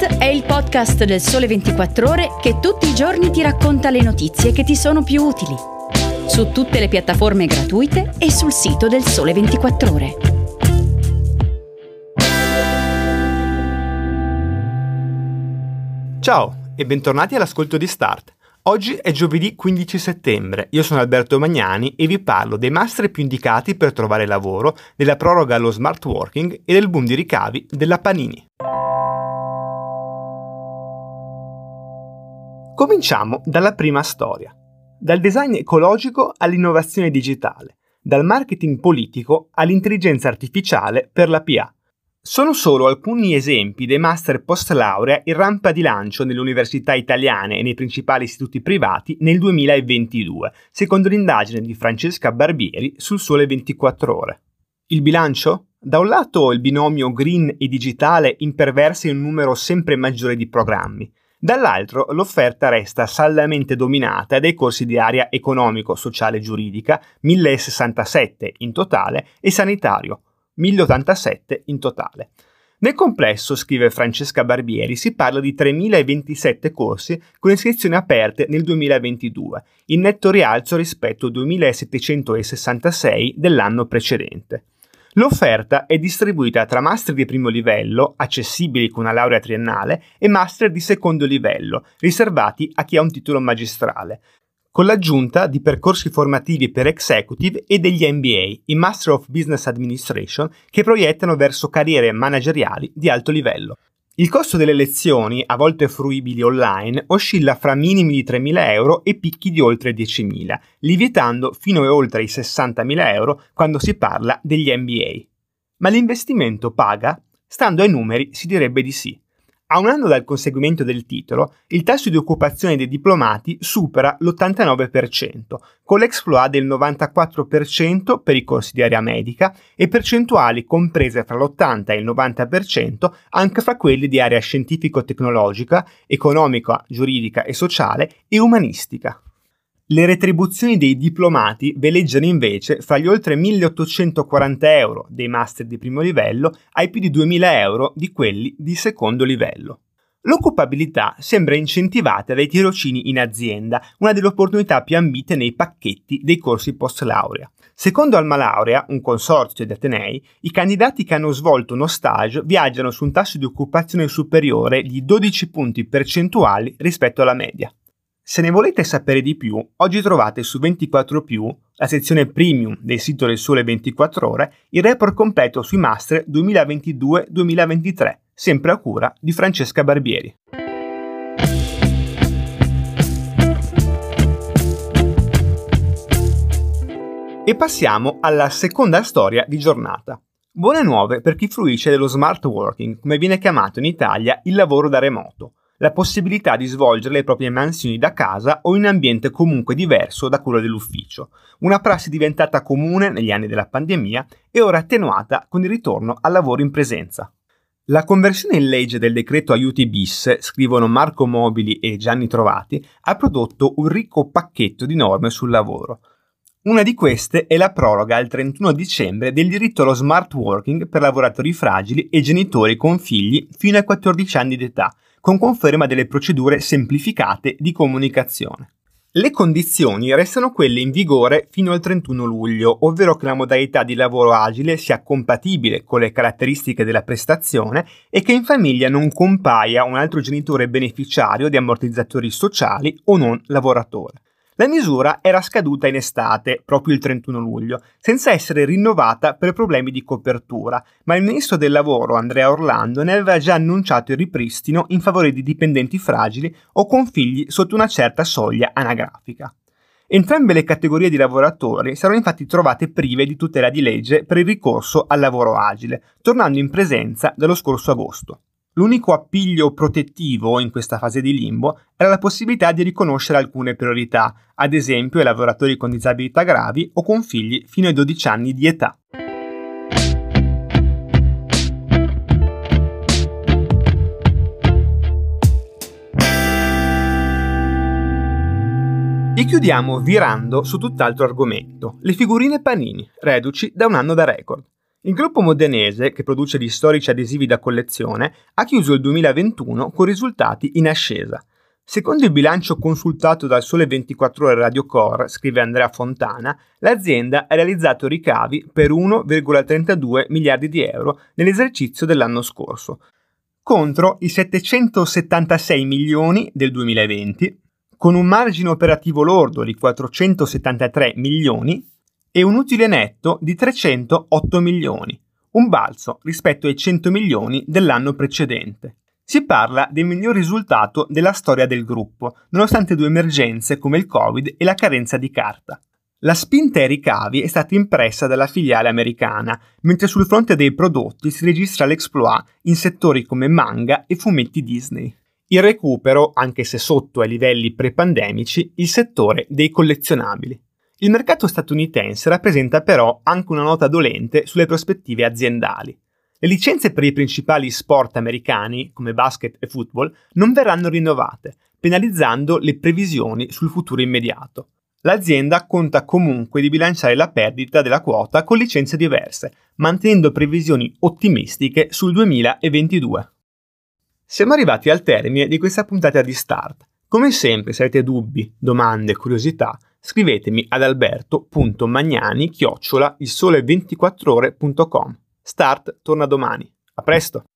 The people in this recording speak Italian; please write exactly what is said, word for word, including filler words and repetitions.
Start è il podcast del Sole ventiquattro Ore che tutti i giorni ti racconta le notizie che ti sono più utili. Su tutte le piattaforme gratuite e sul sito del Sole ventiquattro Ore. Ciao e bentornati all'ascolto di Start. Oggi è giovedì quindici settembre, io sono Alberto Magnani e vi parlo dei master più indicati per trovare lavoro, della proroga allo smart working e del boom di ricavi della Panini. Cominciamo dalla prima storia, dal design ecologico all'innovazione digitale, dal marketing politico all'intelligenza artificiale per la P A. Sono solo alcuni esempi dei master post laurea in rampa di lancio nelle università italiane e nei principali istituti privati nel duemilaventidue, secondo l'indagine di Francesca Barbieri sul Sole ventiquattro Ore. Il bilancio? Da un lato il binomio green e digitale imperversa in un numero sempre maggiore di programmi, dall'altro l'offerta resta saldamente dominata dai corsi di area economico, sociale e giuridica, mille sessantasette in totale, e sanitario, mille ottantasette in totale. Nel complesso, scrive Francesca Barbieri, si parla di tremilaventisette corsi con iscrizioni aperte nel duemilaventidue, in netto rialzo rispetto ai duemilasettecentosessantasei dell'anno precedente. L'offerta è distribuita tra master di primo livello, accessibili con una laurea triennale, e master di secondo livello, riservati a chi ha un titolo magistrale, con l'aggiunta di percorsi formativi per executive e degli M B A, i Master of Business Administration, che proiettano verso carriere manageriali di alto livello. Il costo delle lezioni, a volte fruibili online, oscilla fra minimi di tremila euro e picchi di oltre diecimila, lievitando fino e oltre i sessantamila euro quando si parla degli M B A. Ma l'investimento paga? Stando ai numeri si direbbe di sì. A un anno dal conseguimento del titolo, il tasso di occupazione dei diplomati supera l'ottantanove per cento, con l'exploit del novantaquattro per cento per i corsi di area medica e percentuali comprese fra l'ottanta e il novanta per cento anche fra quelli di area scientifico-tecnologica, economica, giuridica e sociale e umanistica. Le retribuzioni dei diplomati veleggiano invece fra gli oltre milleottocentoquaranta euro dei master di primo livello ai più di duemila euro di quelli di secondo livello. L'occupabilità sembra incentivata dai tirocini in azienda, una delle opportunità più ambite nei pacchetti dei corsi post laurea. Secondo Alma Laurea, un consorzio di atenei, i candidati che hanno svolto uno stage viaggiano su un tasso di occupazione superiore di dodici punti percentuali rispetto alla media. Se ne volete sapere di più, oggi trovate su ventiquattro più, la sezione premium del sito del Sole ventiquattro Ore, il report completo sui master duemilaventidue duemilaventitré, sempre a cura di Francesca Barbieri. E passiamo alla seconda storia di giornata. Buone nuove per chi fruisce dello smart working, come viene chiamato in Italia il lavoro da remoto. La possibilità di svolgere le proprie mansioni da casa o in un ambiente comunque diverso da quello dell'ufficio. Una prassi diventata comune negli anni della pandemia e ora attenuata con il ritorno al lavoro in presenza. La conversione in legge del decreto aiuti bis, scrivono Marco Mobili e Gianni Trovati, ha prodotto un ricco pacchetto di norme sul lavoro. Una di queste è la proroga al trentuno dicembre del diritto allo smart working per lavoratori fragili e genitori con figli fino ai quattordici anni d'età, con conferma delle procedure semplificate di comunicazione. Le condizioni restano quelle in vigore fino al trentuno luglio, ovvero che la modalità di lavoro agile sia compatibile con le caratteristiche della prestazione e che in famiglia non compaia un altro genitore beneficiario di ammortizzatori sociali o non lavoratore. La misura era scaduta in estate, proprio il trentuno luglio, senza essere rinnovata per problemi di copertura, ma il ministro del lavoro Andrea Orlando ne aveva già annunciato il ripristino in favore di dipendenti fragili o con figli sotto una certa soglia anagrafica. Entrambe le categorie di lavoratori saranno infatti trovate prive di tutela di legge per il ricorso al lavoro agile, tornando in presenza dallo scorso agosto. L'unico appiglio protettivo in questa fase di limbo era la possibilità di riconoscere alcune priorità, ad esempio ai lavoratori con disabilità gravi o con figli fino ai dodici anni di età. E chiudiamo virando su tutt'altro argomento, le figurine Panini, reduci da un anno da record. Il gruppo modenese, che produce gli storici adesivi da collezione, ha chiuso il duemilaventuno con risultati in ascesa. Secondo il bilancio consultato dal Sole ventiquattro Ore Radio Core, scrive Andrea Fontana, l'azienda ha realizzato ricavi per uno virgola trentadue miliardi di euro nell'esercizio dell'anno scorso, contro i settecentosettantasei milioni del duemilaventi, con un margine operativo lordo di quattrocentosettantatré milioni e un utile netto di trecentootto milioni, un balzo rispetto ai cento milioni dell'anno precedente. Si parla del miglior risultato della storia del gruppo, nonostante due emergenze come il Covid e la carenza di carta. La spinta ai ricavi è stata impressa dalla filiale americana, mentre sul fronte dei prodotti si registra l'exploit in settori come manga e fumetti Disney. Il recupero, anche se sotto ai livelli pre-pandemici, il settore dei collezionabili. Il mercato statunitense rappresenta però anche una nota dolente sulle prospettive aziendali. Le licenze per i principali sport americani, come basket e football, non verranno rinnovate, penalizzando le previsioni sul futuro immediato. L'azienda conta comunque di bilanciare la perdita della quota con licenze diverse, mantenendo previsioni ottimistiche sul duemilaventidue. Siamo arrivati al termine di questa puntata di Start. Come sempre, se avete dubbi, domande, curiosità, scrivetemi ad alberto punto magnani chiocciola il sole ventiquattro ore punto com. Start torna domani. A presto!